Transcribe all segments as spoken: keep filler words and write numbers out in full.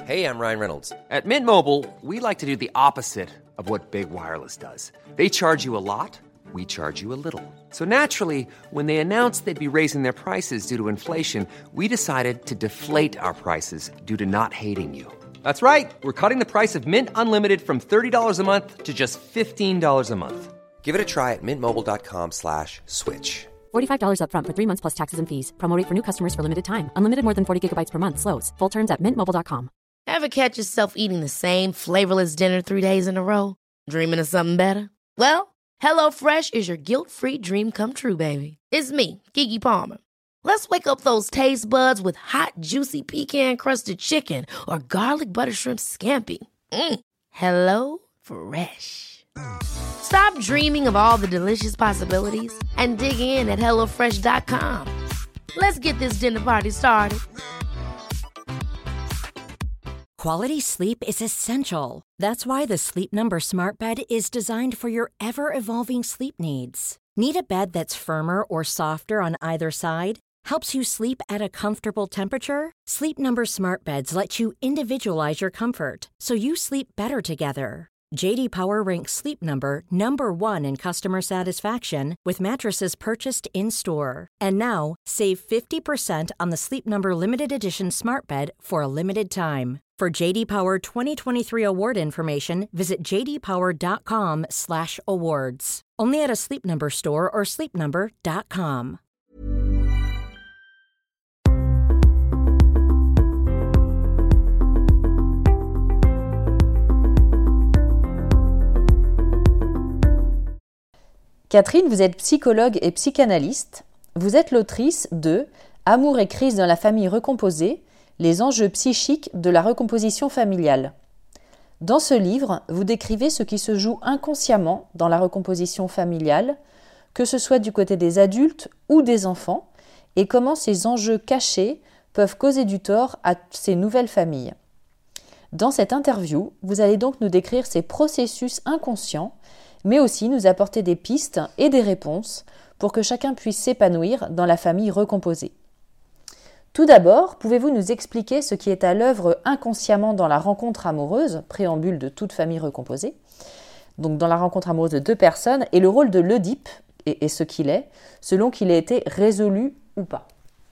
Hey, I'm Ryan Reynolds. At Mint Mobile, we like to do the opposite of what Big Wireless does. They charge you a lot, we charge you a little. So naturally, when they announced they'd be raising their prices due to inflation, we decided to deflate our prices due to not hating you. That's right. We're cutting the price of Mint Unlimited from thirty dollars a month to just fifteen dollars a month. Give it a try at mintmobile.com slash switch. forty-five dollars up front for three months plus taxes and fees. Promo rate for new customers for limited time. Unlimited more than forty gigabytes per month. Slows full terms at mint mobile dot com. Ever catch yourself eating the same flavorless dinner three days in a row? Dreaming of something better? Well, HelloFresh is your guilt-free dream come true, baby. It's me, Keke Palmer. Let's wake up those taste buds with hot, juicy pecan-crusted chicken or garlic butter shrimp scampi. Mm. Hello Fresh. Stop dreaming of all the delicious possibilities and dig in at hello fresh dot com. Let's get this dinner party started. Quality sleep is essential. That's why the Sleep Number Smart Bed is designed for your ever-evolving sleep needs. Need a bed that's firmer or softer on either side? Helps you sleep at a comfortable temperature? Sleep Number Smart Beds let you individualize your comfort, so you sleep better together. J D Power ranks Sleep Number number one in customer satisfaction with mattresses purchased in-store. And now, save fifty percent on the Sleep Number Limited Edition Smart Bed for a limited time. For J D Power twenty twenty-three award information, visit j d power dot com slash awards. Only at a Sleep Number store or sleep number dot com. Catherine, vous êtes psychologue et psychanalyste. Vous êtes l'autrice de « Amour et crise dans la famille recomposée, les enjeux psychiques de la recomposition familiale ». Dans ce livre, vous décrivez ce qui se joue inconsciemment dans la recomposition familiale, que ce soit du côté des adultes ou des enfants, et comment ces enjeux cachés peuvent causer du tort à ces nouvelles familles. Dans cette interview, vous allez donc nous décrire ces processus inconscients, mais aussi nous apporter des pistes et des réponses pour que chacun puisse s'épanouir dans la famille recomposée. Tout d'abord, pouvez-vous nous expliquer ce qui est à l'œuvre inconsciemment dans la rencontre amoureuse, préambule de toute famille recomposée, donc dans la rencontre amoureuse de deux personnes, et le rôle de l'Oedipe et, et ce qu'il est, selon qu'il ait été résolu ou pas?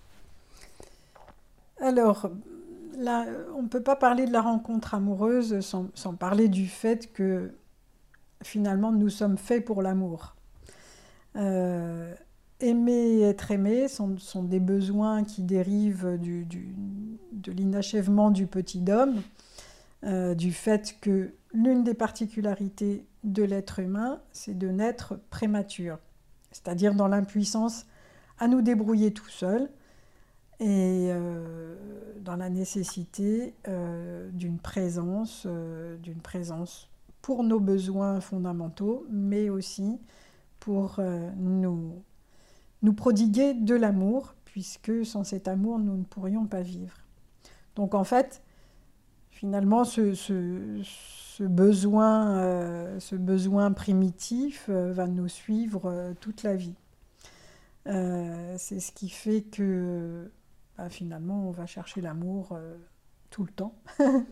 Alors, là, on ne peut pas parler de la rencontre amoureuse sans, sans parler du fait que finalement, nous sommes faits pour l'amour. Euh, aimer et être aimé sont, sont des besoins qui dérivent du, du, de l'inachèvement du petit homme, euh, du fait que l'une des particularités de l'être humain, c'est de naître prémature, c'est-à-dire dans l'impuissance à nous débrouiller tout seul et euh, dans la nécessité euh, d'une présence, euh, d'une présence pour nos besoins fondamentaux, mais aussi pour euh, nous, nous prodiguer de l'amour, puisque sans cet amour, nous ne pourrions pas vivre. Donc en fait, finalement, ce, ce, ce, besoin, euh, ce besoin primitif euh, va nous suivre euh, toute la vie. Euh, c'est ce qui fait que bah, finalement, on va chercher l'amour euh, tout le temps.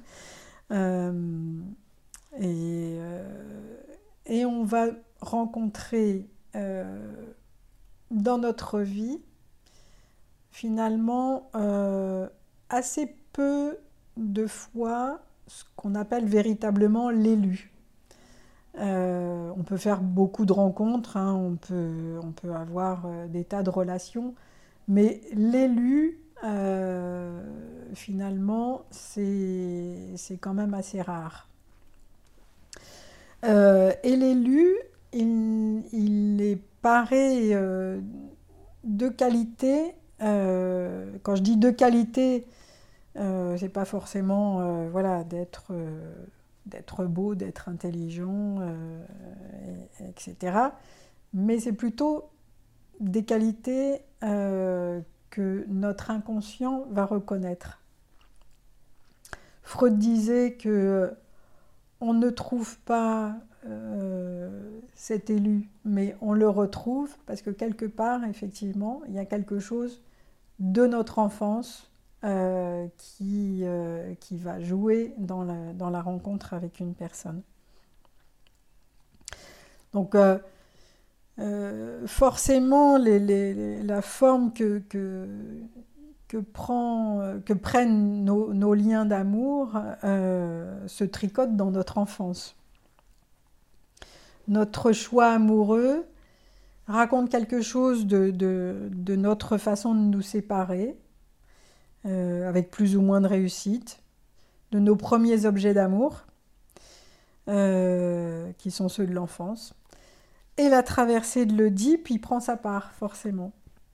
euh, Et, euh, et on va rencontrer euh, dans notre vie, finalement, euh, assez peu de fois ce qu'on appelle véritablement l'élu. Euh, on peut faire beaucoup de rencontres, hein, on peut, on peut avoir euh, des tas de relations, mais l'élu, euh, finalement, c'est, c'est quand même assez rare. Euh, et l'élu, il, il est paré euh, de qualité. Euh, quand je dis de qualité, euh, c'est pas forcément euh, voilà, d'être, euh, d'être beau, d'être intelligent, euh, et, et cetera. Mais c'est plutôt des qualités euh, que notre inconscient va reconnaître. Freud disait que on ne trouve pas euh, cet élu, mais on le retrouve parce que quelque part, effectivement, il y a quelque chose de notre enfance euh, qui, euh, qui va jouer dans la, dans la rencontre avec une personne. Donc, euh, euh, forcément, les, les, la forme que, que, que, prend, que prennent nos, nos liens d'amour euh, se tricotent dans notre enfance. Notre choix amoureux raconte quelque chose de, de, de notre façon de nous séparer, euh, avec plus ou moins de réussite, de nos premiers objets d'amour, euh, qui sont ceux de l'enfance. Et la traversée de l'Oedipe, il prend sa part, forcément.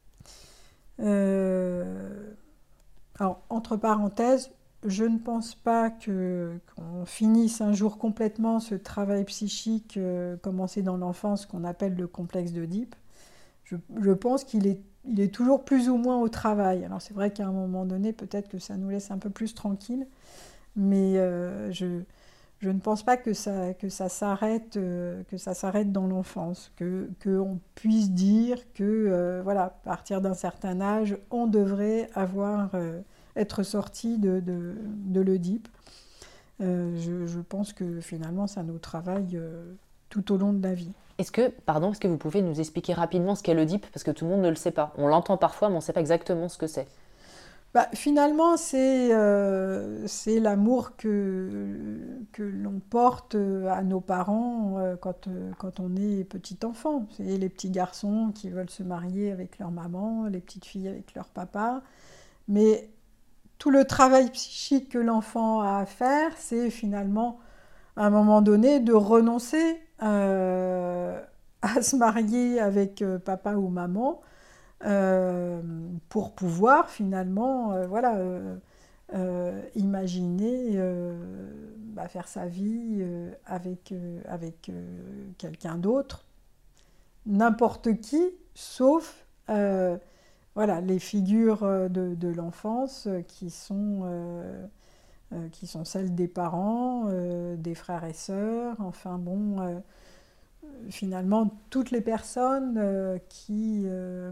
Euh, alors, entre parenthèses, je ne pense pas que, qu'on finisse un jour complètement ce travail psychique euh, commencé dans l'enfance qu'on appelle le complexe d'Oedipe. Je, je pense qu'il est, il est toujours plus ou moins au travail. Alors c'est vrai qu'à un moment donné, peut-être que ça nous laisse un peu plus tranquille, mais euh, je, je ne pense pas que ça, que ça s'arrête, euh, que ça s'arrête dans l'enfance, que, qu'on puisse dire que, euh, voilà, à partir d'un certain âge, on devrait avoir... Euh, être sorti de, de, de l'Oedipe. Euh, je, je pense que finalement, ça nous travaille euh, tout au long de la vie. Est-ce que, pardon, est-ce que vous pouvez nous expliquer rapidement ce qu'est l'Oedipe ? Parce que tout le monde ne le sait pas. On l'entend parfois, mais on ne sait pas exactement ce que c'est. Bah, finalement, c'est, euh, c'est l'amour que, que l'on porte à nos parents euh, quand, euh, quand on est petit enfant. C'est les petits garçons qui veulent se marier avec leur maman, les petites filles avec leur papa. Mais tout le travail psychique que l'enfant a à faire, c'est finalement, à un moment donné, de renoncer euh, à se marier avec euh, papa ou maman euh, pour pouvoir finalement euh, voilà, euh, euh, imaginer euh, bah, faire sa vie euh, avec, euh, avec euh, quelqu'un d'autre, n'importe qui, sauf... Euh, Voilà, les figures de, de l'enfance qui sont, euh, euh, qui sont celles des parents, euh, des frères et sœurs, enfin bon, euh, finalement toutes les personnes euh, qui, euh,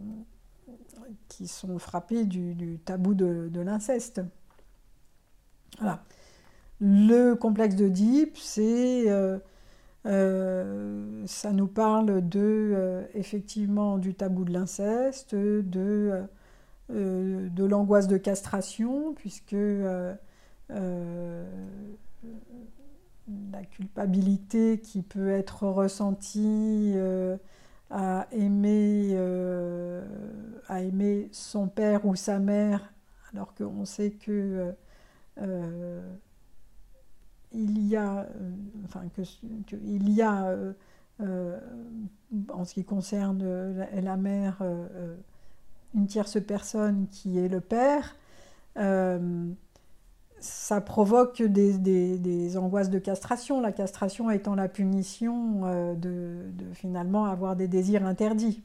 qui sont frappées du, du tabou de, de l'inceste. Voilà. Le complexe d'Oedipe, c'est... Euh, Euh, ça nous parle de, euh, effectivement, du tabou de l'inceste, de, euh, de l'angoisse de castration, puisque euh, euh, la culpabilité qui peut être ressentie euh, à, aimer, euh, à aimer son père ou sa mère, alors qu'on sait que... Euh, il y a, euh, enfin, que, que, il y a euh, euh, en ce qui concerne la, la mère, euh, une tierce personne qui est le père, euh, ça provoque des, des, des angoisses de castration, la castration étant la punition euh, de, de finalement avoir des désirs interdits.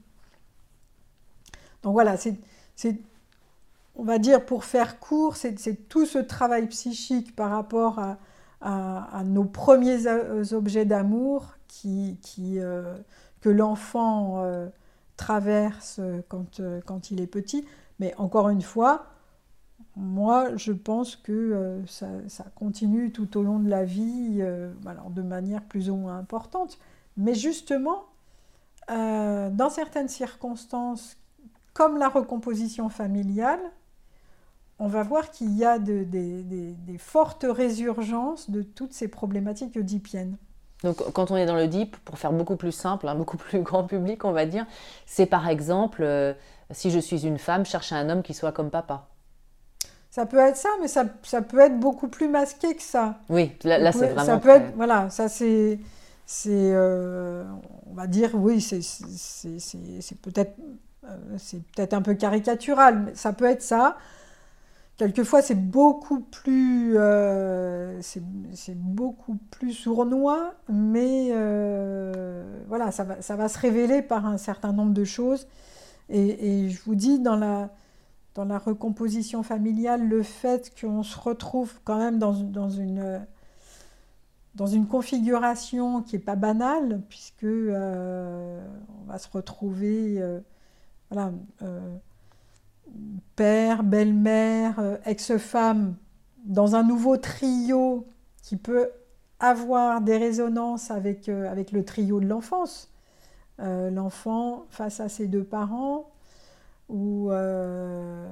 Donc voilà, c'est, c'est, on va dire, pour faire court, c'est, c'est tout ce travail psychique par rapport à À, à nos premiers objets d'amour qui, qui, euh, que l'enfant euh, traverse quand, euh, quand il est petit. Mais encore une fois, moi, je pense que euh, ça, ça continue tout au long de la vie, euh, alors de manière plus ou moins importante. Mais justement, euh, dans certaines circonstances, comme la recomposition familiale, on va voir qu'il y a de, de, de, des fortes résurgences de toutes ces problématiques oedipiennes. Donc quand on est dans l'Oedipe, pour faire beaucoup plus simple, hein, beaucoup plus grand public, on va dire, c'est par exemple, euh, si je suis une femme, chercher un homme qui soit comme papa. Ça peut être ça, mais ça, ça peut être beaucoup plus masqué que ça. Oui, là, là c'est vraiment... Ça peut être, voilà, ça c'est... c'est euh, on va dire, oui, c'est, c'est, c'est, c'est, peut-être, euh, c'est peut-être un peu caricatural, mais ça peut être ça. Quelquefois, c'est beaucoup plus, euh, c'est, c'est beaucoup plus sournois, mais euh, voilà, ça va, ça va se révéler par un certain nombre de choses. Et, et je vous dis, dans la, dans la recomposition familiale, le fait qu'on se retrouve quand même dans, dans, une, dans une configuration qui n'est pas banale, puisque euh, on va se retrouver, euh, voilà. Euh, père, belle-mère, euh, ex-femme, dans un nouveau trio qui peut avoir des résonances avec, euh, avec le trio de l'enfance. Euh, l'enfant face à ses deux parents, ou, euh,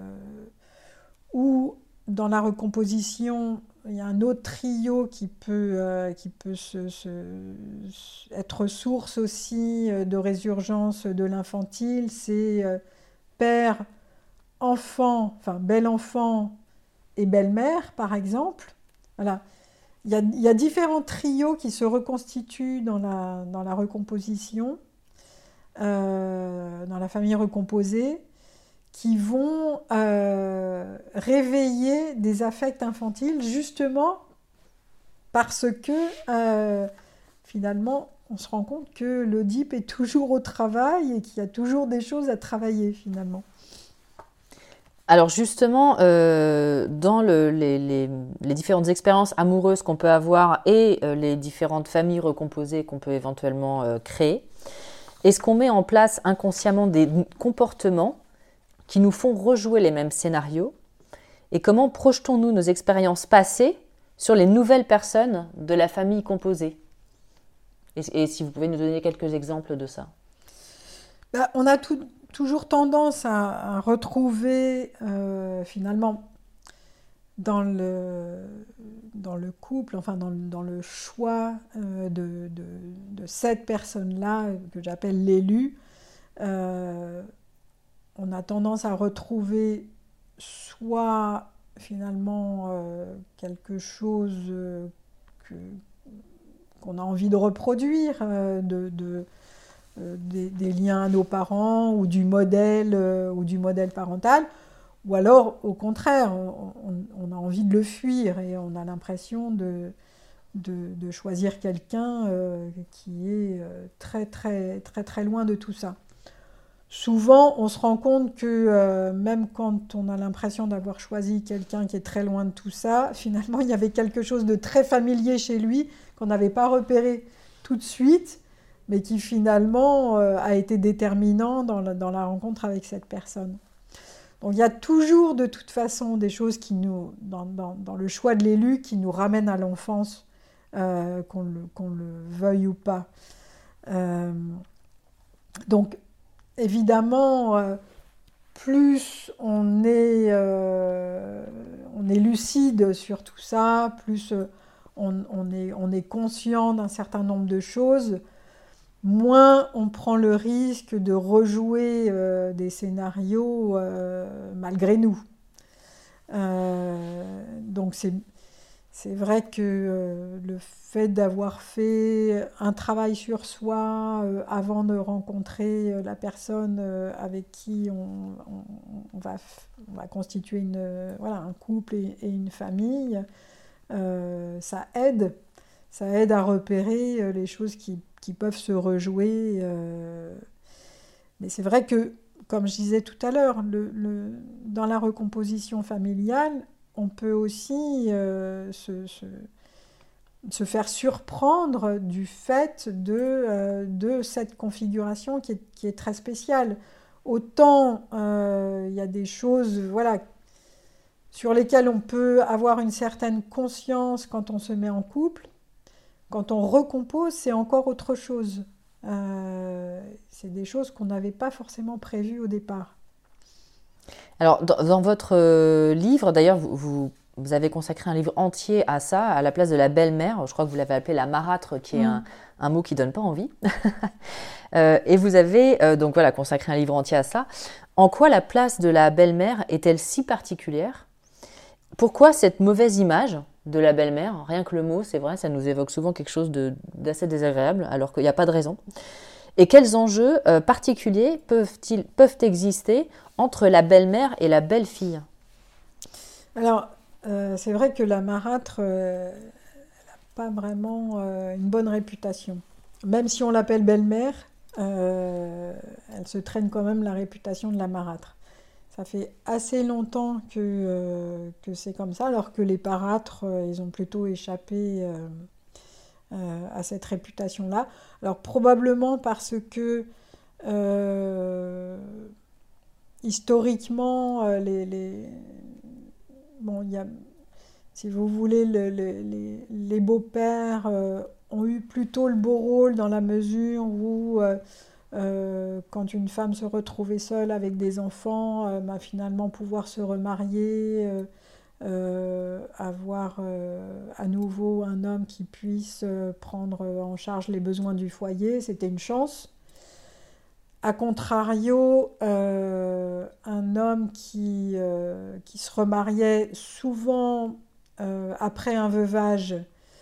ou dans la recomposition, il y a un autre trio qui peut, euh, qui peut se, se, être source aussi de résurgence de l'infantile, c'est euh, père, enfant, enfin bel-enfant et belle-mère par exemple. Voilà. Il y a, il y a différents trios qui se reconstituent dans la, dans la recomposition, euh, dans la famille recomposée, qui vont euh, réveiller des affects infantiles justement parce que euh, finalement on se rend compte que l'Oedipe est toujours au travail et qu'il y a toujours des choses à travailler finalement. Alors justement, euh, dans le, les, les, les différentes expériences amoureuses qu'on peut avoir et euh, les différentes familles recomposées qu'on peut éventuellement euh, créer, est-ce qu'on met en place inconsciemment des comportements qui nous font rejouer les mêmes scénarios? Et comment projetons-nous nos expériences passées sur les nouvelles personnes de la famille composée? Et, et si vous pouvez nous donner quelques exemples de ça. Bah, on a tout, toujours tendance à, à retrouver euh, finalement dans le, dans le couple, enfin dans, dans le choix euh, de, de, de cette personne-là, que j'appelle l'élu, euh, on a tendance à retrouver soit finalement euh, quelque chose euh, que, qu'on a envie de reproduire, euh, de, de, euh, des, des liens à nos parents ou du modèle, euh, ou du modèle parental, ou alors au contraire, on, on, on a envie de le fuir et on a l'impression de, de, de choisir quelqu'un euh, qui est euh, très très très très loin de tout ça. Souvent, on se rend compte que euh, même quand on a l'impression d'avoir choisi quelqu'un qui est très loin de tout ça, finalement, il y avait quelque chose de très familier chez lui qu'on n'avait pas repéré tout de suite, mais qui finalement euh, a été déterminant dans la, dans la rencontre avec cette personne. Donc il y a toujours de toute façon des choses qui nous, dans, dans, dans le choix de l'élu qui nous ramènent à l'enfance, euh, qu'on le, qu'on le veuille ou pas. Euh, donc, évidemment, euh, plus on est, euh, on est lucide sur tout ça, plus euh, on, on, est, on est conscient d'un certain nombre de choses, moins on prend le risque de rejouer euh, des scénarios euh, malgré nous. Euh, donc c'est... C'est vrai que euh, le fait d'avoir fait un travail sur soi euh, avant de rencontrer euh, la personne euh, avec qui on, on, on, va, on va constituer une, euh, voilà, un couple et, et une famille, euh, ça aide. Ça aide à repérer euh, les choses qui, qui peuvent se rejouer. Euh. Mais c'est vrai que, comme je disais tout à l'heure, le, le, dans la recomposition familiale, on peut aussi euh, se, se, se faire surprendre du fait de, euh, de cette configuration qui est, qui est très spéciale. Autant il euh, y a des choses voilà, sur lesquelles on peut avoir une certaine conscience quand on se met en couple, quand on recompose, c'est encore autre chose. Euh, c'est des choses qu'on n'avait pas forcément prévues au départ. Alors, dans, dans votre euh, livre, d'ailleurs, vous, vous, vous avez consacré un livre entier à ça, à la place de la belle-mère. Je crois que vous l'avez appelé la marâtre, qui est mmh. un, un mot qui ne donne pas envie. euh, et vous avez euh, donc voilà, consacré un livre entier à ça. En quoi la place de la belle-mère est-elle si particulière? Pourquoi cette mauvaise image de la belle-mère? Rien que le mot, c'est vrai, ça nous évoque souvent quelque chose de, d'assez désagréable, alors qu'il n'y a pas de raison. Et quels enjeux euh, particuliers peuvent-ils, peuvent exister entre la belle-mère et la belle-fille? Alors, euh, c'est vrai que la marâtre, euh, elle n'a pas vraiment euh, une bonne réputation. Même si on l'appelle belle-mère, euh, elle se traîne quand même la réputation de la marâtre. Ça fait assez longtemps que, euh, que c'est comme ça, alors que les parâtres, euh, ils ont plutôt échappé euh, euh, à cette réputation-là. Alors probablement parce que... Euh, historiquement, euh, les, les... Bon, il y a, si vous voulez, le, le, les, les beaux-pères euh, ont eu plutôt le beau rôle dans la mesure où, euh, euh, quand une femme se retrouvait seule avec des enfants, euh, bah, finalement pouvoir se remarier, euh, euh, avoir euh, à nouveau un homme qui puisse euh, prendre en charge les besoins du foyer, c'était une chance. A contrario, euh, un homme qui, euh, qui se remariait souvent euh, après un veuvage,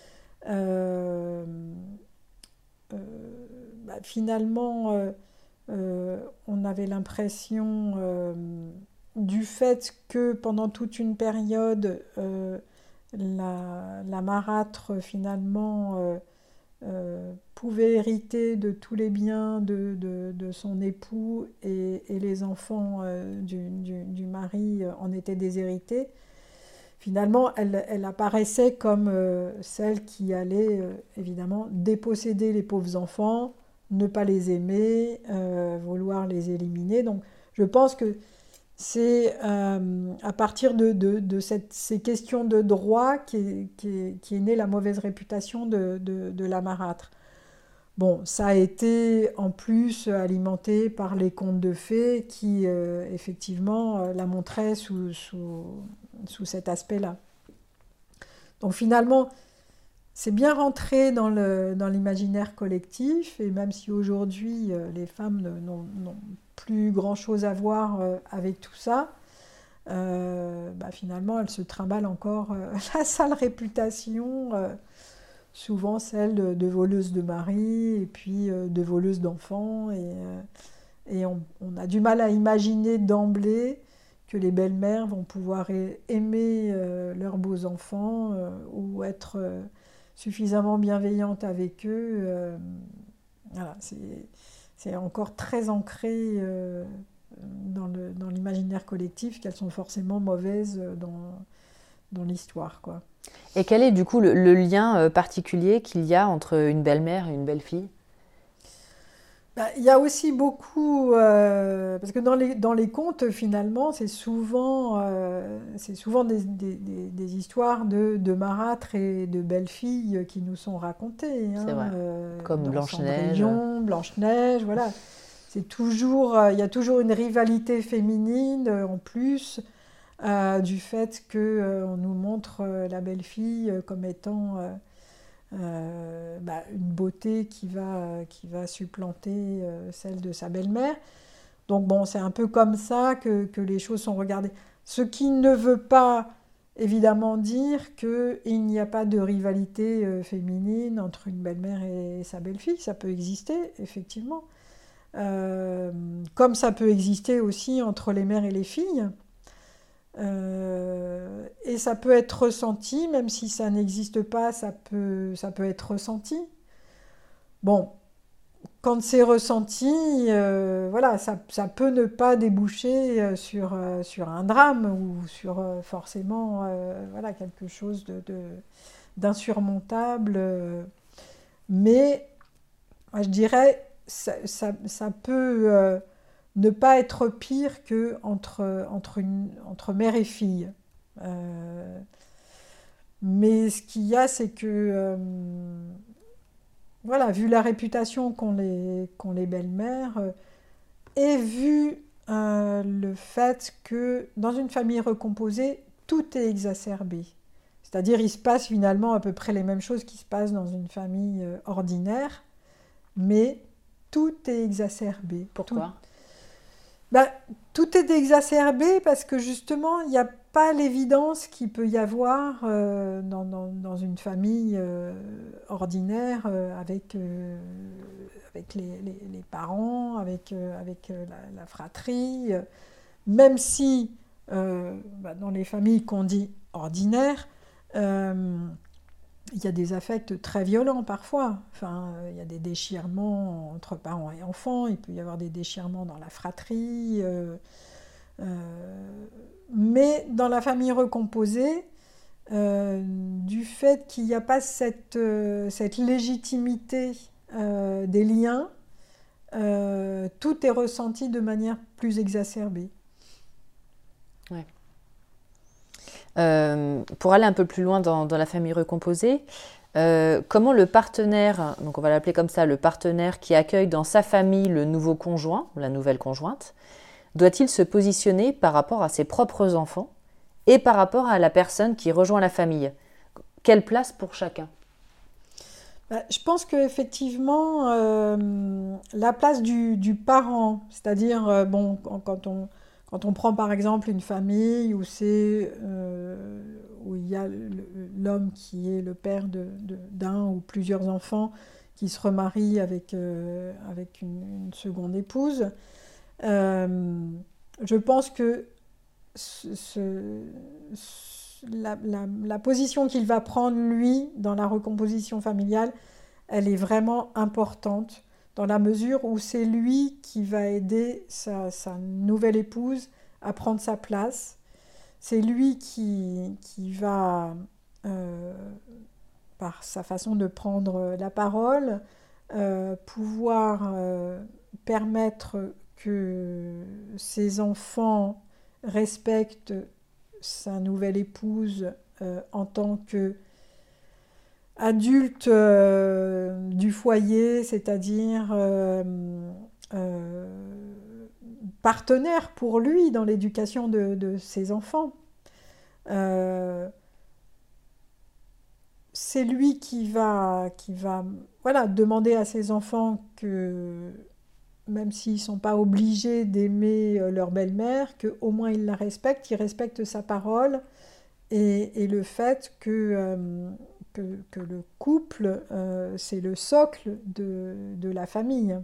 euh, euh, bah, finalement, euh, euh, on avait l'impression, euh, du fait que pendant toute une période, euh, la, la marâtre, finalement, euh, euh, pouvait hériter de tous les biens de, de, de son époux et, et les enfants euh, du, du, du mari euh, en étaient déshérités. Finalement, elle, elle apparaissait comme euh, celle qui allait euh, évidemment déposséder les pauvres enfants, ne pas les aimer, euh, vouloir les éliminer. Donc je pense que c'est euh, à partir de, de, de cette, ces questions de droit qui est, qui est, qui est née la mauvaise réputation de, de, de la marâtre. Bon, ça a été en plus alimenté par les contes de fées qui, euh, effectivement, euh, la montraient sous, sous, sous cet aspect-là. Donc finalement, c'est bien rentré dans, le, dans l'imaginaire collectif, et même si aujourd'hui euh, les femmes ne, n'ont, n'ont plus grand-chose à voir euh, avec tout ça, euh, bah, finalement elles se trimballent encore euh, la sale réputation, euh, souvent celle de, de voleuse de mari et puis euh, de voleuse d'enfants, et, euh, et on, on a du mal à imaginer d'emblée que les belles-mères vont pouvoir aimer euh, leurs beaux enfants euh, ou être euh, suffisamment bienveillantes avec eux. Euh, voilà, c'est, c'est encore très ancré euh, dans, le, dans l'imaginaire collectif qu'elles sont forcément mauvaises dans, dans l'histoire, quoi. Et quel est du coup le, le lien particulier qu'il y a entre une belle-mère et une belle-fille ? Bah, il y a aussi beaucoup, euh, parce que dans les, dans les contes, finalement, c'est souvent, euh, c'est souvent des, des, des, des histoires de, de marâtres et de belles-filles qui nous sont racontées. Hein, c'est vrai, euh, comme Blanche-Neige. Cendrillon, Blanche-Neige, voilà. C'est toujours, euh, il y a toujours une rivalité féminine, euh, en plus, euh, du fait qu'on euh, nous montre euh, la belle-fille comme étant... Euh, Euh, bah, une beauté qui va, qui va supplanter euh, celle de sa belle-mère. Donc bon, c'est un peu comme ça que, que les choses sont regardées. Ce qui ne veut pas évidemment dire qu'il n'y a pas de rivalité euh, féminine entre une belle-mère et sa belle-fille. Ça peut exister, effectivement. Euh, comme ça peut exister aussi entre les mères et les filles. Euh, et ça peut être ressenti, même si ça n'existe pas, ça peut, ça peut être ressenti. Bon, quand c'est ressenti, euh, voilà, ça, ça peut ne pas déboucher sur, euh, sur un drame ou sur euh, forcément euh, voilà, quelque chose de, de, d'insurmontable. Euh, mais moi, je dirais, ça, ça, ça peut... Euh, ne pas être pire qu'entre entre, entre mère et fille. Euh, mais ce qu'il y a, c'est que, euh, voilà, vu la réputation qu'ont les, qu'ont les belles-mères, euh, et vu euh, le fait que dans une famille recomposée, tout est exacerbé. C'est-à-dire, il se passe finalement à peu près les mêmes choses qui se passent dans une famille euh, ordinaire, mais tout est exacerbé. Pourquoi ? Tout, Ben, tout est exacerbé parce que justement, il n'y a pas l'évidence qu'il peut y avoir euh, dans, dans, dans une famille euh, ordinaire euh, avec, euh, avec les, les, les parents, avec, euh, avec euh, la, la fratrie. Euh, même si euh, ben, dans les familles qu'on dit ordinaires, euh, il y a des affects très violents parfois. Enfin, il y a des déchirements entre parents et enfants, il peut y avoir des déchirements dans la fratrie. Euh, euh, mais dans la famille recomposée, euh, du fait qu'il n'y a pas cette, euh, cette légitimité euh, des liens, euh, tout est ressenti de manière plus exacerbée. Ouais. Euh, pour aller un peu plus loin dans, dans la famille recomposée, euh, comment le partenaire, donc on va l'appeler comme ça, le partenaire qui accueille dans sa famille le nouveau conjoint, la nouvelle conjointe, doit-il se positionner par rapport à ses propres enfants et par rapport à la personne qui rejoint la famille? Quelle place pour chacun? Bah, je pense qu'effectivement, euh, la place du, du parent, c'est-à-dire, euh, bon, quand, quand on, quand on prend par exemple une famille où, c'est, euh, où il y a le- l'homme qui est le père de, de- d'un ou plusieurs enfants qui se remarie avec, euh, avec une, une seconde épouse, euh, je pense que ce- ce- ce- la, la- la position qu'il va prendre, lui, dans la recomposition familiale, elle est vraiment importante dans la mesure où c'est lui qui va aider sa, sa nouvelle épouse à prendre sa place. C'est lui qui, qui va, euh, par sa façon de prendre la parole, euh, pouvoir euh, permettre que ses enfants respectent sa nouvelle épouse euh, en tant que adulte euh, du foyer, c'est-à-dire euh, euh, partenaire pour lui dans l'éducation de, de ses enfants. Euh, c'est lui qui va, qui va voilà, demander à ses enfants que, même s'ils ne sont pas obligés d'aimer euh, leur belle-mère, qu'au moins ils la respectent, ils respectent sa parole et, et le fait que, euh, que, que le couple, euh, c'est le socle de, de la famille.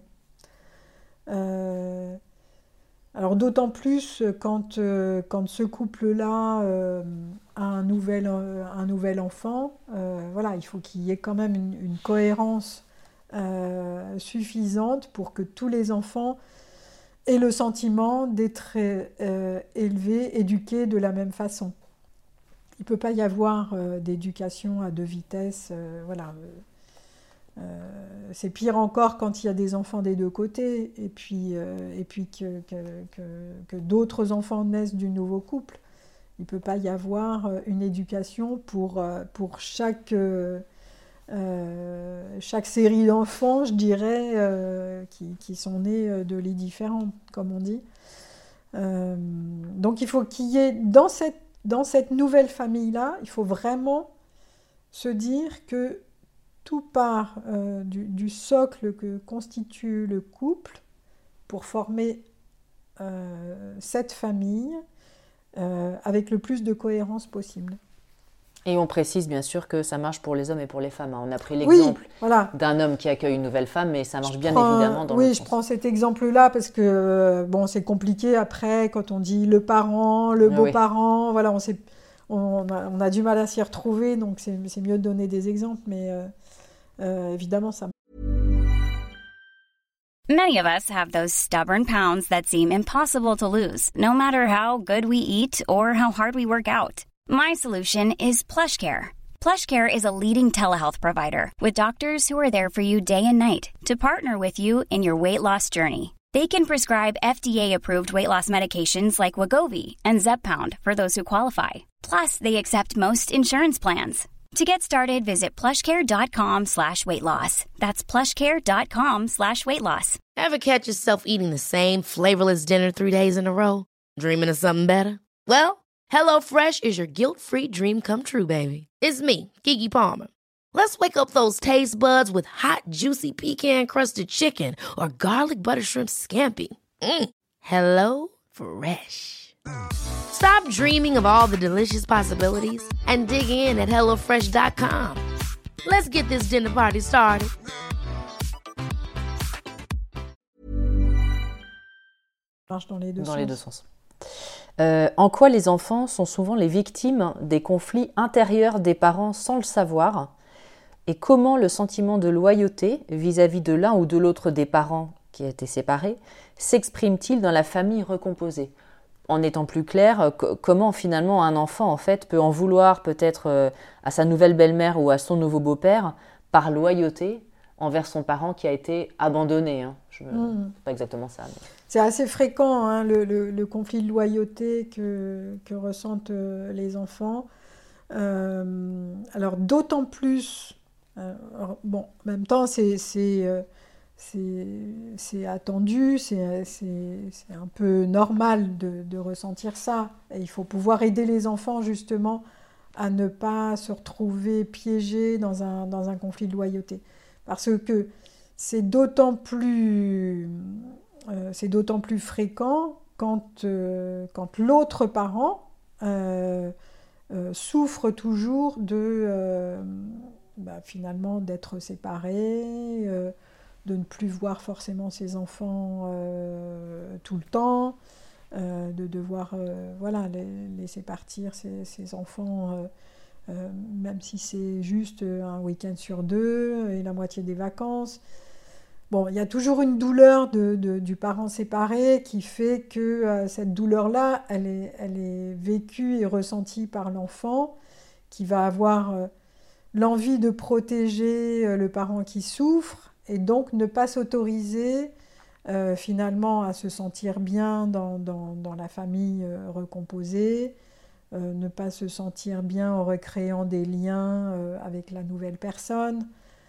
Euh, alors d'autant plus quand, euh, quand ce couple-là euh, a un nouvel, euh, un nouvel enfant, euh, voilà, il faut qu'il y ait quand même une, une cohérence euh, suffisante pour que tous les enfants aient le sentiment d'être euh, élevés, éduqués de la même façon. Il ne peut pas y avoir euh, d'éducation à deux vitesses, euh, voilà. Euh, c'est pire encore quand il y a des enfants des deux côtés et puis, euh, et puis que, que, que, que d'autres enfants naissent du nouveau couple. Il ne peut pas y avoir une éducation pour, pour chaque, euh, chaque série d'enfants, je dirais, euh, qui, qui sont nés de lits différents, comme on dit. Euh, donc il faut qu'il y ait, dans cette, dans cette nouvelle famille-là, il faut vraiment se dire que tout part euh, du, du socle que constitue le couple pour former euh, cette famille euh, avec le plus de cohérence possible. Et on précise bien sûr que ça marche pour les hommes et pour les femmes. On a pris l'exemple oui, voilà. d'un homme qui accueille une nouvelle femme, mais ça marche je bien prends, évidemment dans oui, l'autre je sens. prends cet exemple-là parce que euh, bon, c'est compliqué après quand on dit le parent, le Ah, beau-parent, oui. Voilà, on, sait, on, a, on a du mal à s'y retrouver, donc c'est, c'est mieux de donner des exemples, mais euh, euh, évidemment ça. Many of us have those stubborn pounds that seem impossible to lose, no matter how good we eat or how hard we work out. My solution is PlushCare. PlushCare is a leading telehealth provider with doctors who are there for you day and night to partner with you in your weight loss journey. They can prescribe F D A-approved weight loss medications like Wegovy and Zepbound for those who qualify. Plus, they accept most insurance plans. To get started, visit plushcare.com slash weight loss. That's plushcare.com slash weight loss. Ever catch yourself eating the same flavorless dinner three days in a row? Dreaming of something better? Well, HelloFresh is your guilt-free dream come true, baby. It's me, Keke Palmer. Let's wake up those taste buds with hot, juicy pecan-crusted chicken or garlic butter shrimp scampi. Mm. Hello Fresh. Stop dreaming of all the delicious possibilities and dig in at hello fresh dot com. Let's get this dinner party started. Marche dans les deux dans sens. les deux sens. Euh, en quoi les enfants sont souvent les victimes des conflits intérieurs des parents sans le savoir, et comment le sentiment de loyauté vis-à-vis de l'un ou de l'autre des parents qui a été séparé s'exprime-t-il dans la famille recomposée? En étant plus clair, c- comment finalement un enfant en fait peut en vouloir peut-être euh, à sa nouvelle belle-mère ou à son nouveau beau-père par loyauté envers son parent qui a été abandonné. Hein. Je me... Mmh. C'est pas exactement ça. Mais... C'est assez fréquent, hein, le, le, le conflit de loyauté que, que ressentent euh, les enfants. Euh, alors d'autant plus, euh, alors, bon, en même temps c'est, c'est, euh, c'est, c'est attendu, c'est, c'est, c'est un peu normal de, de ressentir ça. Et il faut pouvoir aider les enfants justement à ne pas se retrouver piégés dans un, dans un conflit de loyauté. Parce que c'est d'autant plus, euh, c'est d'autant plus fréquent quand, euh, quand l'autre parent euh, euh, souffre toujours de, euh, bah, finalement, d'être séparé, euh, de ne plus voir forcément ses enfants euh, tout le temps, euh, de devoir euh, voilà, les, laisser partir ses, ses enfants, euh, euh, même si c'est juste un week-end sur deux et la moitié des vacances. Bon, il y a toujours une douleur de, de, du parent séparé qui fait que euh, cette douleur-là, elle est, elle est vécue et ressentie par l'enfant, qui va avoir euh, l'envie de protéger euh, le parent qui souffre et donc ne pas s'autoriser euh, finalement à se sentir bien dans, dans, dans la famille euh, recomposée, euh, ne pas se sentir bien en recréant des liens euh, avec la nouvelle personne.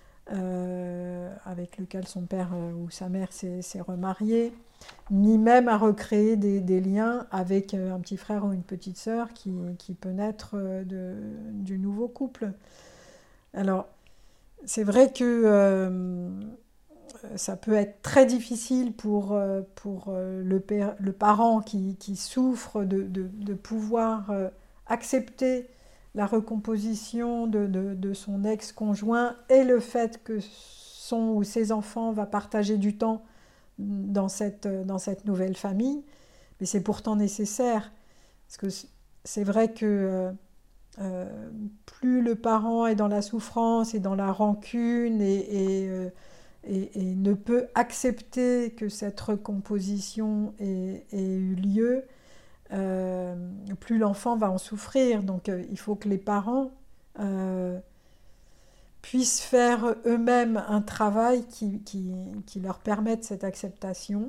Euh, avec lequel son père euh, ou sa mère s'est, s'est remarié, ni même à recréer des, des liens avec euh, un petit frère ou une petite sœur qui, qui peut naître euh, de, du nouveau couple. Alors, c'est vrai que euh, ça peut être très difficile pour, euh, pour euh, le, père, le parent qui, qui souffre de, de, de pouvoir euh, accepter la recomposition de, de, de son ex-conjoint et le fait que son ou ses enfants va partager du temps dans cette, dans cette nouvelle famille. Mais c'est pourtant nécessaire, parce que c'est vrai que euh, plus le parent est dans la souffrance et dans la rancune et, et, euh, et, et ne peut accepter que cette recomposition ait, ait eu lieu, Euh, plus l'enfant va en souffrir. Donc euh, il faut que les parents euh, puissent faire eux-mêmes un travail qui, qui, qui leur permette cette acceptation,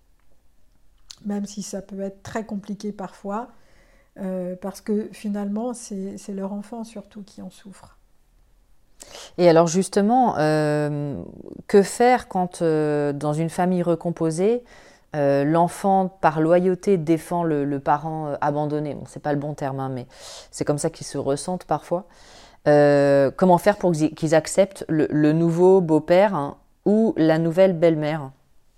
même si ça peut être très compliqué parfois, euh, parce que finalement c'est, c'est leur enfant surtout qui en souffre. Et alors justement, euh, que faire quand euh, dans une famille recomposée, Euh, l'enfant, par loyauté, défend le, le parent euh, abandonné. Bon, c'est pas le bon terme, hein, mais c'est comme ça qu'ils se ressentent parfois. Euh, comment faire pour qu'ils acceptent le, le nouveau beau-père, hein, ou la nouvelle belle-mère?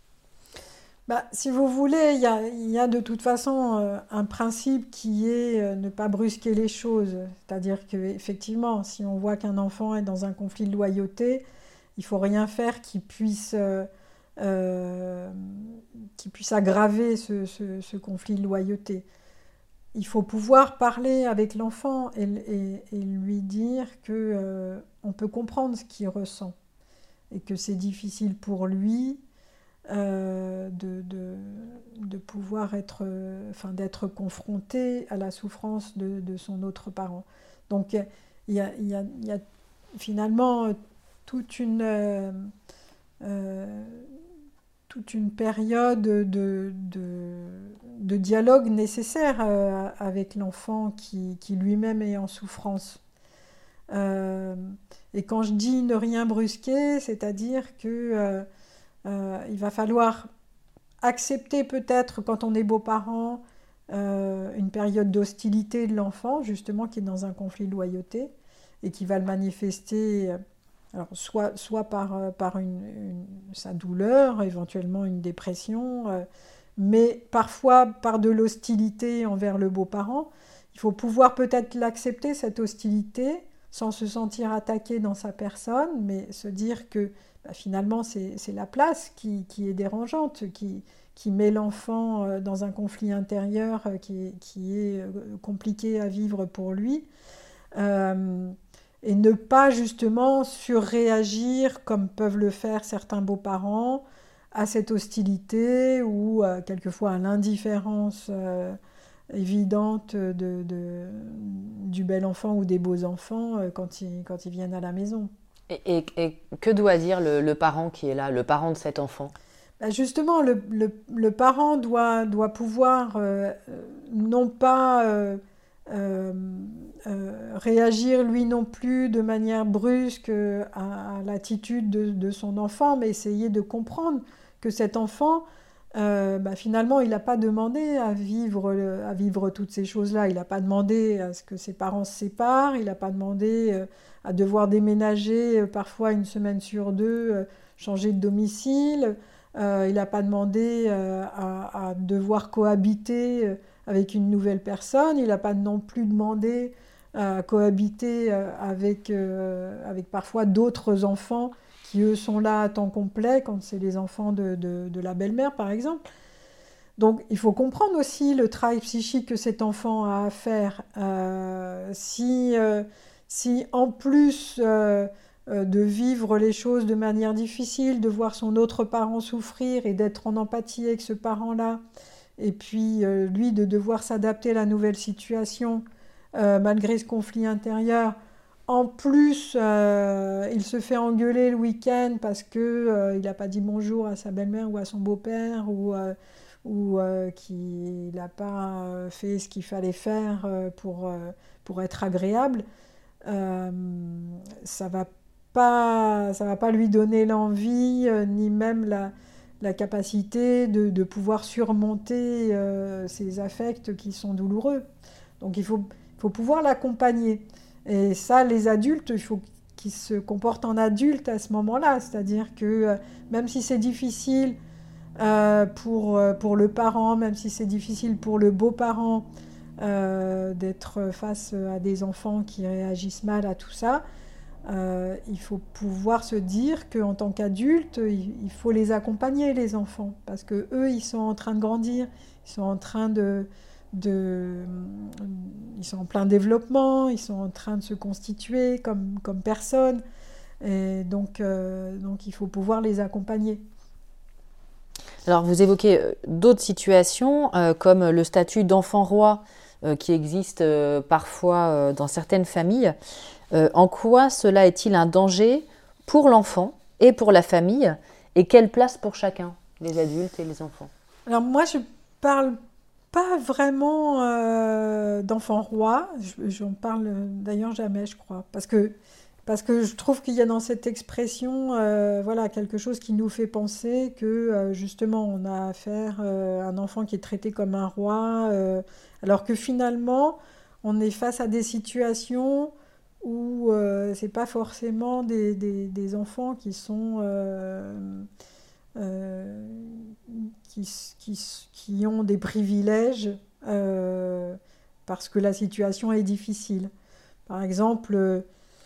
Bah, si vous voulez, il y a, il y a de toute façon euh, un principe qui est euh, ne pas brusquer les choses. C'est-à-dire qu'effectivement, si on voit qu'un enfant est dans un conflit de loyauté, il ne faut rien faire qui puisse... Euh, Euh, qui puisse aggraver ce, ce, ce conflit de loyauté. Il faut pouvoir parler avec l'enfant et, et, et lui dire que euh, on peut comprendre ce qu'il ressent et que c'est difficile pour lui euh, de, de, de pouvoir être, euh, enfin, d'être confronté à la souffrance de, de son autre parent. Donc il y a, il y a, il y a finalement toute une... Euh, euh, toute une période de, de, de dialogue nécessaire euh, avec l'enfant qui, qui lui-même est en souffrance. Euh, et quand je dis ne rien brusquer, c'est-à-dire qu'il euh, euh, va falloir accepter peut-être, quand on est beaux-parents, euh, une période d'hostilité de l'enfant, justement, qui est dans un conflit de loyauté, et qui va le manifester... Alors, soit, soit par, par une, une, sa douleur, éventuellement une dépression, euh, mais parfois par de l'hostilité envers le beau-parent. Il faut pouvoir peut-être l'accepter, cette hostilité, sans se sentir attaqué dans sa personne, mais se dire que bah, finalement c'est, c'est la place qui, qui est dérangeante, qui, qui met l'enfant dans un conflit intérieur qui, qui est compliqué à vivre pour lui. Euh, Et ne pas justement surréagir, comme peuvent le faire certains beaux-parents, à cette hostilité ou euh, quelquefois à l'indifférence euh, évidente de, de, du bel enfant ou des beaux enfants euh, quand, ils, quand ils viennent à la maison. Et, et, et que doit dire le, le parent qui est là, le parent de cet enfant ? Ben justement, le, le, le parent doit, doit pouvoir euh, non pas euh, euh, euh, réagir lui non plus de manière brusque à, à l'attitude de, de son enfant, mais essayer de comprendre que cet enfant, euh, bah finalement, il n'a pas demandé à vivre, à vivre toutes ces choses-là. Il n'a pas demandé à ce que ses parents se séparent, il n'a pas demandé euh, à devoir déménager euh, parfois une semaine sur deux, euh, changer de domicile. Euh, il n'a pas demandé euh, à, à devoir cohabiter euh, avec une nouvelle personne. Il n'a pas non plus demandé à cohabiter euh, avec, euh, avec parfois d'autres enfants qui, eux, sont là à temps complet, quand c'est les enfants de, de, de la belle-mère, par exemple. Donc, il faut comprendre aussi le travail psychique que cet enfant a à faire. Euh, si, euh, si, en plus euh, euh, de vivre les choses de manière difficile, de voir son autre parent souffrir et d'être en empathie avec ce parent-là, et puis euh, lui de devoir s'adapter à la nouvelle situation, euh, malgré ce conflit intérieur, en plus, euh, il se fait engueuler le week-end parce qu'il euh, n'a pas dit bonjour à sa belle-mère ou à son beau-père, ou, euh, ou euh, qu'il n'a pas fait ce qu'il fallait faire euh, pour, euh, pour être agréable. Euh, ça ne va pas, ça va pas lui donner l'envie, euh, ni même la, la capacité de, de pouvoir surmonter euh, ces affects qui sont douloureux. Donc il faut, il faut pouvoir l'accompagner. Et ça, les adultes, il faut qu'ils se comportent en adultes à ce moment-là. C'est-à-dire que euh, même si c'est difficile euh, pour, euh, pour le parent, même si c'est difficile pour le beau-parent euh, d'être face à des enfants qui réagissent mal à tout ça, euh, il faut pouvoir se dire qu'en tant qu'adulte, il, il faut les accompagner, les enfants. Parce qu'eux, ils sont en train de grandir, ils sont en train de... De, ils sont en plein développement, ils sont en train de se constituer comme, comme personnes, et donc, euh, donc il faut pouvoir les accompagner. Alors vous évoquez d'autres situations, euh, comme le statut d'enfant roi euh, qui existe euh, parfois euh, dans certaines familles. Euh, en quoi cela est-il un danger pour l'enfant et pour la famille, et quelle place pour chacun, les adultes et les enfants ? Alors moi je parle pas vraiment euh, d'enfant roi, j'en parle d'ailleurs jamais, je crois, parce que, parce que je trouve qu'il y a dans cette expression euh, voilà, quelque chose qui nous fait penser que euh, justement on a affaire euh, à un enfant qui est traité comme un roi, euh, alors que finalement on est face à des situations où euh, c'est pas forcément des, des, des enfants qui sont... Euh, Euh, qui, qui, qui ont des privilèges euh, parce que la situation est difficile. Par exemple,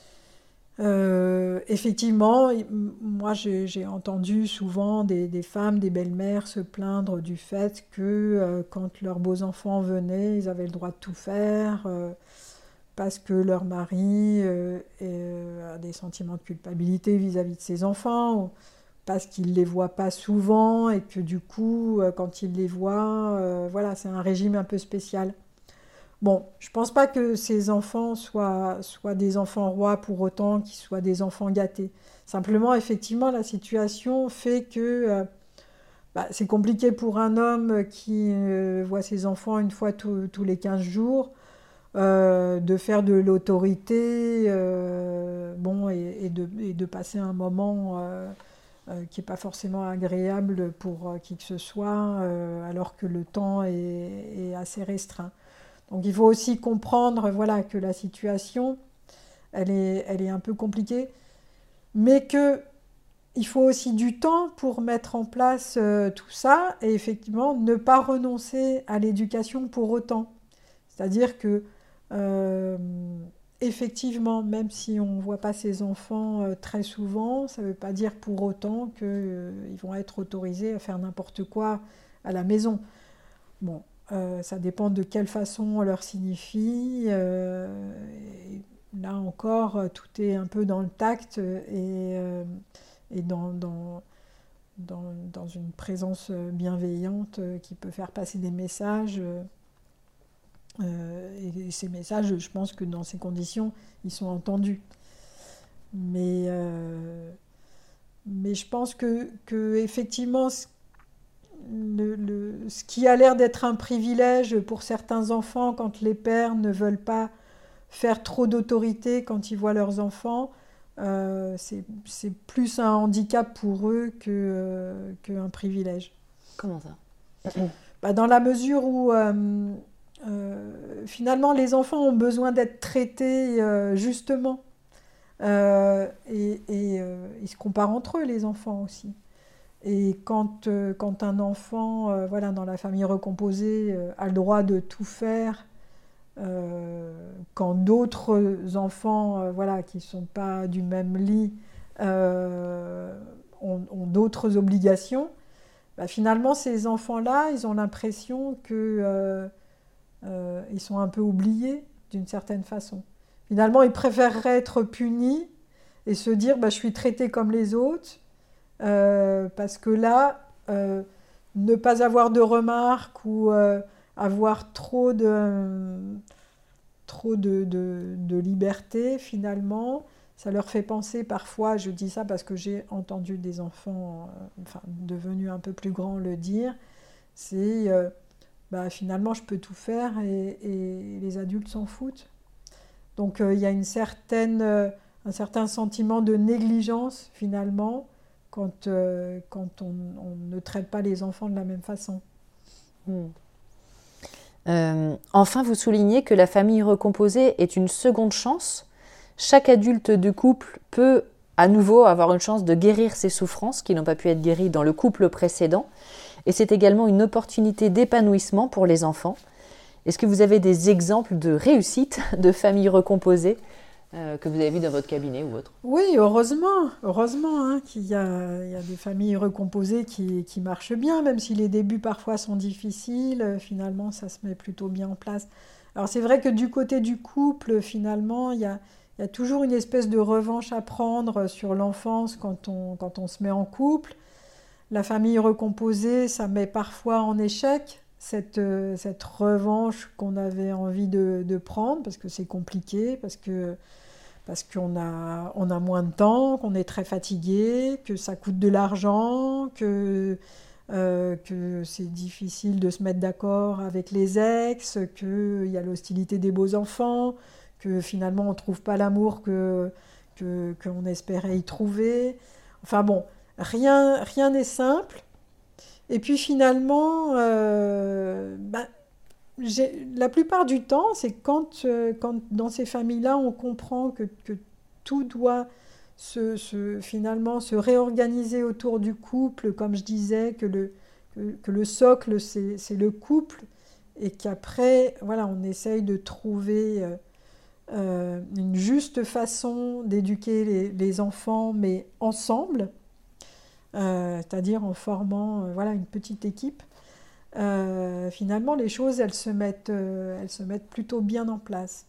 euh, effectivement, moi j'ai, j'ai entendu souvent des, des femmes, des belles-mères se plaindre du fait que euh, quand leurs beaux-enfants venaient, ils avaient le droit de tout faire euh, parce que leur mari euh, euh, a des sentiments de culpabilité vis-à-vis de ses enfants, ou, parce qu'il ne les voit pas souvent et que du coup, quand il les voit, euh, voilà, c'est un régime un peu spécial. Bon, je ne pense pas que ces enfants soient, soient des enfants rois pour autant qu'ils soient des enfants gâtés. Simplement, effectivement, la situation fait que euh, bah, c'est compliqué pour un homme qui euh, voit ses enfants une fois tout, tous les quinze jours, euh, de faire de l'autorité euh, bon, et, et, de, et de passer un moment... Euh, Euh, qui n'est pas forcément agréable pour euh, qui que ce soit, euh, alors que le temps est, est assez restreint. Donc il faut aussi comprendre voilà, que la situation, elle est, elle est un peu compliquée, mais qu'il faut aussi du temps pour mettre en place euh, tout ça, et effectivement ne pas renoncer à l'éducation pour autant. C'est-à-dire que... Euh, Effectivement, même si on ne voit pas ces enfants euh, très souvent, ça ne veut pas dire pour autant qu'ils euh, vont être autorisés à faire n'importe quoi à la maison. Bon, euh, ça dépend de quelle façon on leur signifie. Euh, et là encore, tout est un peu dans le tact et, euh, et dans, dans, dans, dans une présence bienveillante qui peut faire passer des messages. Euh, Euh, et ces messages, je pense que dans ces conditions, ils sont entendus. Mais, euh, et je pense que, que effectivement, ce, le, le, ce qui a l'air d'être un privilège pour certains enfants, quand les pères ne veulent pas faire trop d'autorité quand ils voient leurs enfants, euh, c'est, c'est plus un handicap pour eux que, euh, qu'un privilège. Comment ça? Bah, dans la mesure où euh, euh, finalement les enfants ont besoin d'être traités euh, justement. Euh, et et euh, ils se comparent entre eux, les enfants aussi. Et quand, euh, quand un enfant, euh, voilà, dans la famille recomposée, euh, a le droit de tout faire, euh, quand d'autres enfants, euh, voilà, qui ne sont pas du même lit, euh, ont, ont d'autres obligations, bah, finalement, ces enfants-là, ils ont l'impression qu'ils euh, euh, sont un peu oubliés d'une certaine façon. Finalement, ils préféreraient être punis et se dire bah, « je suis traité comme les autres euh, », parce que là, euh, ne pas avoir de remarques ou euh, avoir trop de, euh, trop de, de, de liberté, finalement, ça leur fait penser parfois, je dis ça parce que j'ai entendu des enfants euh, enfin, devenus un peu plus grands le dire, c'est euh, bah, finalement je peux tout faire et, et les adultes s'en foutent. Donc il euh, y a une certaine, euh, un certain sentiment de négligence finalement quand, euh, quand on, on ne traite pas les enfants de la même façon. Mmh. Euh, enfin, vous soulignez que la famille recomposée est une seconde chance. Chaque adulte du couple peut à nouveau avoir une chance de guérir ses souffrances qui n'ont pas pu être guéries dans le couple précédent. Et c'est également une opportunité d'épanouissement pour les enfants. Est-ce que vous avez des exemples de réussite de familles recomposées euh, que vous avez vues dans votre cabinet ou autre? Oui, heureusement, heureusement hein, qu'il y a, il y a des familles recomposées qui, qui marchent bien, même si les débuts parfois sont difficiles, finalement ça se met plutôt bien en place. Alors c'est vrai que du côté du couple, finalement, il y a, il y a toujours une espèce de revanche à prendre sur l'enfance quand on, quand on se met en couple. La famille recomposée, ça met parfois en échec cette, cette revanche qu'on avait envie de, de prendre, parce que c'est compliqué, parce que parce qu'on a, on a moins de temps, qu'on est très fatigué, que ça coûte de l'argent, que, euh, que c'est difficile de se mettre d'accord avec les ex, qu'il y a l'hostilité des beaux-enfants, que finalement on ne trouve pas l'amour que, que, qu'on espérait y trouver. Enfin bon, rien, rien n'est simple. Et puis finalement, euh, bah, j'ai, la plupart du temps, c'est quand, euh, quand dans ces familles-là, on comprend que, que tout doit se, se, finalement se réorganiser autour du couple, comme je disais, que le, que, que le socle, c'est, c'est le couple, et qu'après, voilà, on essaye de trouver euh, euh, une juste façon d'éduquer les, les enfants, mais ensemble. Euh, c'est-à-dire en formant euh, voilà, une petite équipe, euh, finalement les choses elles se, mettent, euh, elles se mettent plutôt bien en place.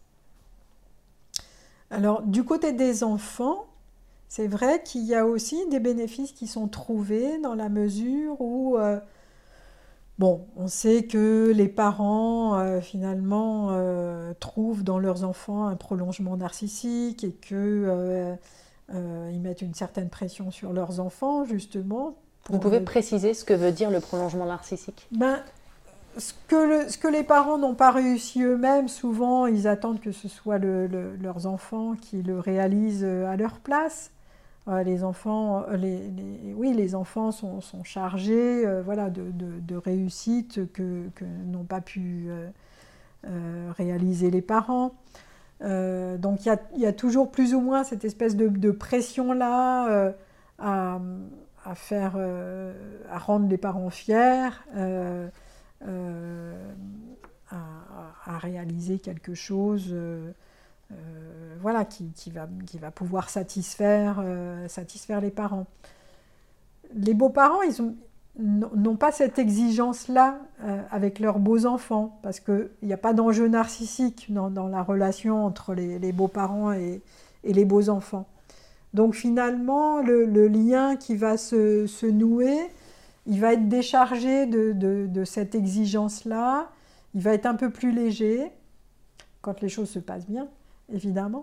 Alors du côté des enfants, c'est vrai qu'il y a aussi des bénéfices qui sont trouvés dans la mesure où euh, bon, on sait que les parents euh, finalement euh, trouvent dans leurs enfants un prolongement narcissique et que euh, Euh, ils mettent une certaine pression sur leurs enfants, justement. Vous pouvez le... préciser ce que veut dire le prolongement narcissique? Ben, ce, que le, ce que les parents n'ont pas réussi eux-mêmes, souvent, ils attendent que ce soit le, le, leurs enfants qui le réalisent à leur place. Euh, les enfants, les, les, oui, les enfants sont, sont chargés euh, voilà, de, de, de réussite que, que n'ont pas pu euh, euh, réaliser les parents. Euh, donc il y, y a toujours plus ou moins cette espèce de, de pression-là euh, à, à, faire, euh, à rendre les parents fiers, euh, euh, à, à réaliser quelque chose euh, euh, voilà, qui, qui, va, qui va pouvoir satisfaire, euh, satisfaire les parents. Les beaux-parents, ils ont, n'ont pas cette exigence-là euh, avec leurs beaux-enfants, parce qu'il n'y a pas d'enjeu narcissique dans, dans la relation entre les, les beaux-parents et, et les beaux-enfants. Donc finalement, le, le lien qui va se, se nouer, il va être déchargé de, de, de cette exigence-là, il va être un peu plus léger, quand les choses se passent bien, évidemment,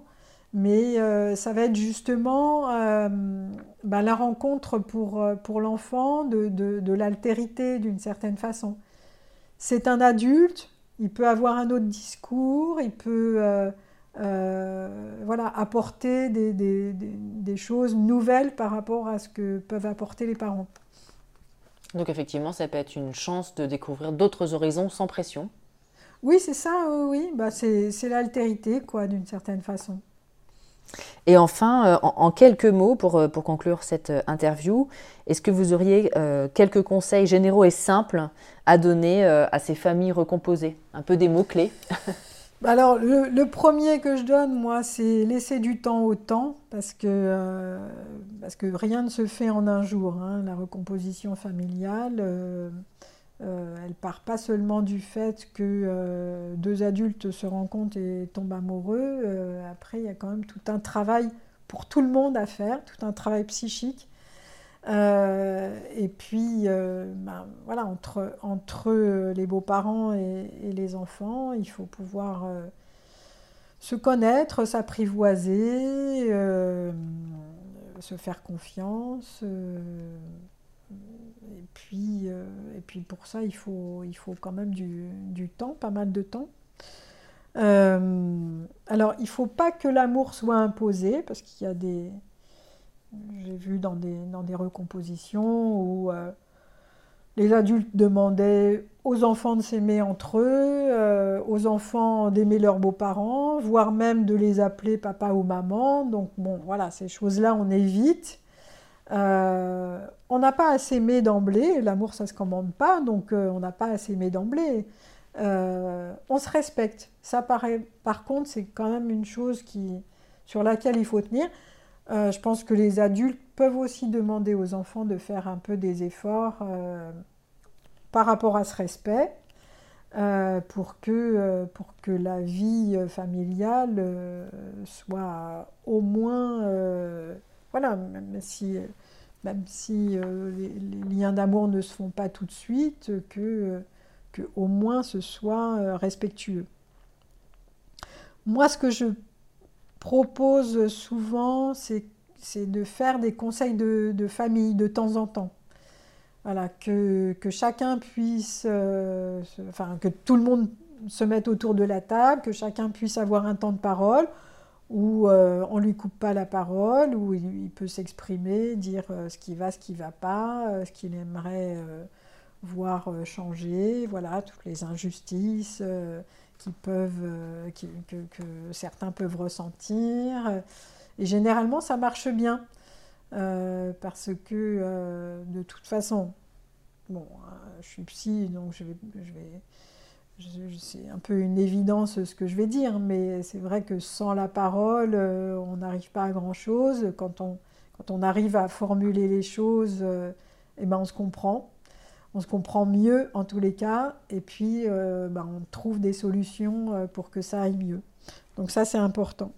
Mais euh, ça va être justement euh, ben, la rencontre pour, pour l'enfant de, de, de l'altérité d'une certaine façon. C'est un adulte, il peut avoir un autre discours, il peut euh, euh, voilà, apporter des, des, des, des choses nouvelles par rapport à ce que peuvent apporter les parents. Donc effectivement, ça peut être une chance de découvrir d'autres horizons sans pression. Oui, c'est ça, oui, oui. Bah, c'est, c'est l'altérité, quoi, d'une certaine façon. Et enfin, euh, en, en quelques mots, pour, pour conclure cette euh, interview, est-ce que vous auriez euh, quelques conseils généraux et simples à donner euh, à ces familles recomposées? Un peu des mots-clés. Alors, le, le premier que je donne, moi, c'est laisser du temps au temps, parce que, euh, parce que rien ne se fait en un jour, hein. La recomposition familiale, euh, euh, elle part pas seulement du fait que euh, deux adultes se rencontrent et tombent amoureux. Euh, après, il y a quand même tout un travail pour tout le monde à faire, tout un travail psychique. Euh, et puis, euh, ben, voilà, entre, entre les beaux-parents et, et les enfants, il faut pouvoir euh, se connaître, s'apprivoiser, euh, se faire confiance. Euh, et, puis, euh, et puis, pour ça, il faut, il faut quand même du, du temps, pas mal de temps. Euh, alors, il ne faut pas que l'amour soit imposé, parce qu'il y a des... J'ai vu dans des, dans des recompositions où euh, les adultes demandaient aux enfants de s'aimer entre eux, euh, aux enfants d'aimer leurs beaux-parents, voire même de les appeler papa ou maman. Donc bon, voilà, ces choses-là, on évite. Euh, on n'a pas à s'aimer d'emblée, l'amour ça ne se commande pas, donc euh, on n'a pas à s'aimer d'emblée. Euh, on se respecte. Ça, paraît, par contre, c'est quand même une chose qui, sur laquelle il faut tenir. Euh, je pense que les adultes peuvent aussi demander aux enfants de faire un peu des efforts euh, par rapport à ce respect euh, pour, que, euh, pour que la vie familiale euh, soit au moins, euh, voilà, même si, même si euh, les, les liens d'amour ne se font pas tout de suite, que, que au moins ce soit euh, respectueux. Moi, ce que je propose souvent, c'est, c'est de faire des conseils de, de famille de temps en temps. Voilà, que, que chacun puisse, euh, se, enfin, que tout le monde se mette autour de la table, que chacun puisse avoir un temps de parole où euh, on ne lui coupe pas la parole, où il, il peut s'exprimer, dire euh, ce qui va, ce qui ne va pas, euh, ce qu'il aimerait euh, voir euh, changer, voilà, toutes les injustices euh, qui peuvent, euh, qui, que, que certains peuvent ressentir. Et généralement, ça marche bien, euh, parce que euh, de toute façon, bon, euh, je suis psy, donc je vais, je vais, je, c'est un peu une évidence ce que je vais dire, mais c'est vrai que sans la parole, euh, on n'arrive pas à grand-chose. Quand on, quand on arrive à formuler les choses, euh, eh ben on se comprend. On se comprend mieux en tous les cas, et puis euh, ben, on trouve des solutions pour que ça aille mieux. Donc ça, c'est important.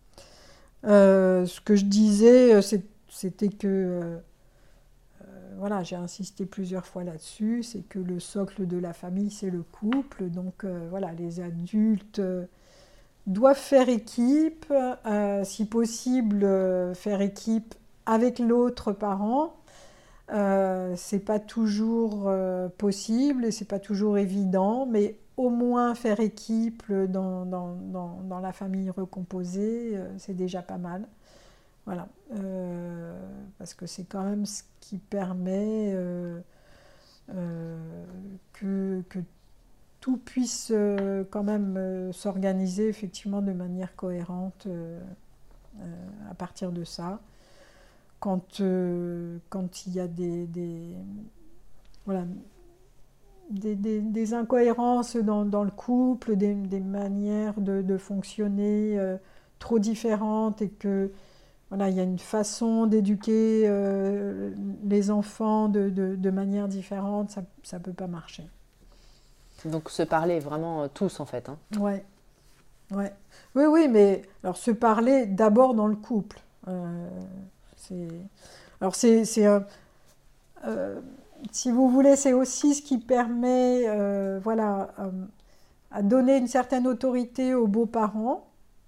Euh, ce que je disais, c'est, c'était que, euh, voilà, j'ai insisté plusieurs fois là-dessus, c'est que le socle de la famille, c'est le couple. Donc euh, voilà, les adultes euh, doivent faire équipe, euh, si possible, euh, faire équipe avec l'autre parent. Euh, c'est pas toujours euh, possible et c'est pas toujours évident, mais au moins faire équipe dans, dans, dans, dans la famille recomposée, euh, c'est déjà pas mal. Voilà, euh, parce que c'est quand même ce qui permet euh, euh, que, que tout puisse euh, quand même euh, s'organiser effectivement de manière cohérente euh, euh, à partir de ça. Quand, euh, quand il y a des, des, voilà, des, des, des incohérences dans, dans le couple, des, des manières de, de fonctionner euh, trop différentes et que voilà, il y a une façon d'éduquer euh, les enfants de, de, de manière différente, ça ne peut pas marcher. Donc se parler vraiment tous en fait. Hein. Ouais. Ouais. Oui, oui, mais alors se parler d'abord dans le couple. Euh, C'est... Alors, c'est, c'est euh, euh, si vous voulez, c'est aussi ce qui permet euh, voilà, euh, à donner une certaine autorité aux beaux-parents,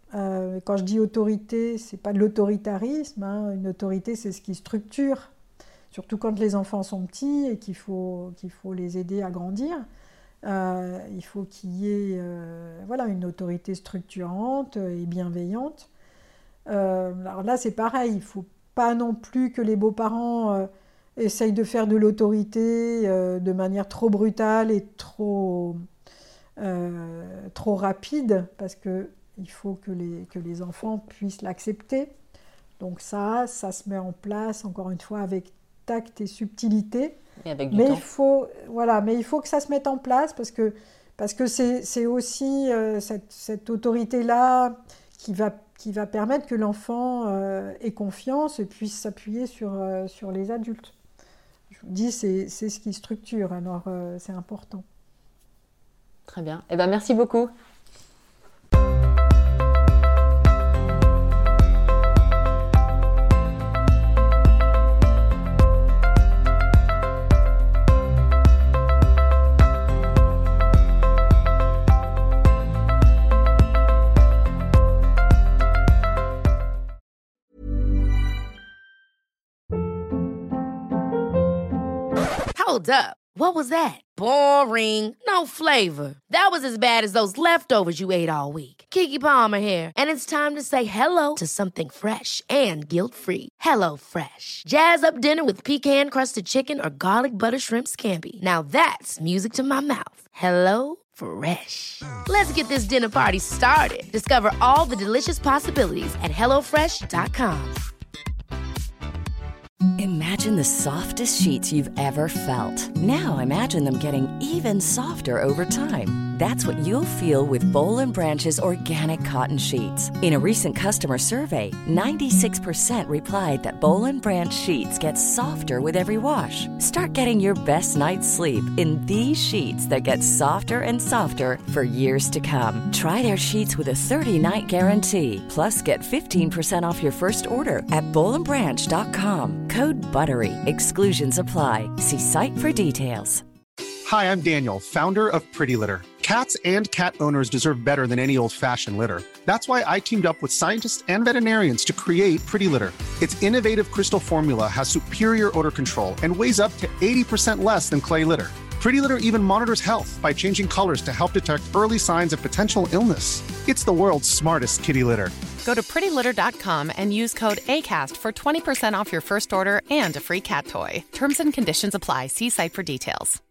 Euh, quand je dis autorité, c'est pas de l'autoritarisme. Hein. Une autorité, c'est ce qui structure, surtout quand les enfants sont petits et qu'il faut, qu'il faut les aider à grandir. Euh, il faut qu'il y ait euh, voilà, une autorité structurante et bienveillante. Euh, alors là, c'est pareil, il ne faut pas non plus que les beaux-parents euh, essayent de faire de l'autorité euh, de manière trop brutale et trop, euh, trop rapide, parce qu'il faut que les, que les enfants puissent l'accepter. Donc ça, ça se met en place, encore une fois, avec tact et subtilité. Et avec du mais, temps. il faut, voilà, mais il faut que ça se mette en place, parce que, parce que c'est, c'est aussi euh, cette, cette autorité-là qui va, qui va permettre que l'enfant euh, ait confiance et puisse s'appuyer sur, euh, sur les adultes. Je vous dis, c'est, c'est ce qui structure, alors euh, c'est important. Très bien. Eh ben, merci beaucoup. Hold up. What was that? Boring. No flavor. That was as bad as those leftovers you ate all week. Keke Palmer here, and it's time to say hello to something fresh and guilt-free. Hello Fresh. Jazz up dinner with pecan-crusted chicken or garlic butter shrimp scampi. Now that's music to my mouth. Hello Fresh. Let's get this dinner party started. Discover all the delicious possibilities at hello fresh dot com. Imagine the softest sheets you've ever felt. Now imagine them getting even softer over time. That's what you'll feel with Boll and Branch's organic cotton sheets. In a recent customer survey, ninety-six percent replied that Boll and Branch sheets get softer with every wash. Start getting your best night's sleep in these sheets that get softer and softer for years to come. Try their sheets with a thirty-night guarantee. Plus, get fifteen percent off your first order at boll and branch dot com. Code BUTTERY. Exclusions apply. See site for details. Hi, I'm Daniel, founder of Pretty Litter. Cats and cat owners deserve better than any old-fashioned litter. That's why I teamed up with scientists and veterinarians to create Pretty Litter. Its innovative crystal formula has superior odor control and weighs up to eighty percent less than clay litter. Pretty Litter even monitors health by changing colors to help detect early signs of potential illness. It's the world's smartest kitty litter. Go to pretty litter dot com and use code ACAST for twenty percent off your first order and a free cat toy. Terms and conditions apply. See site for details.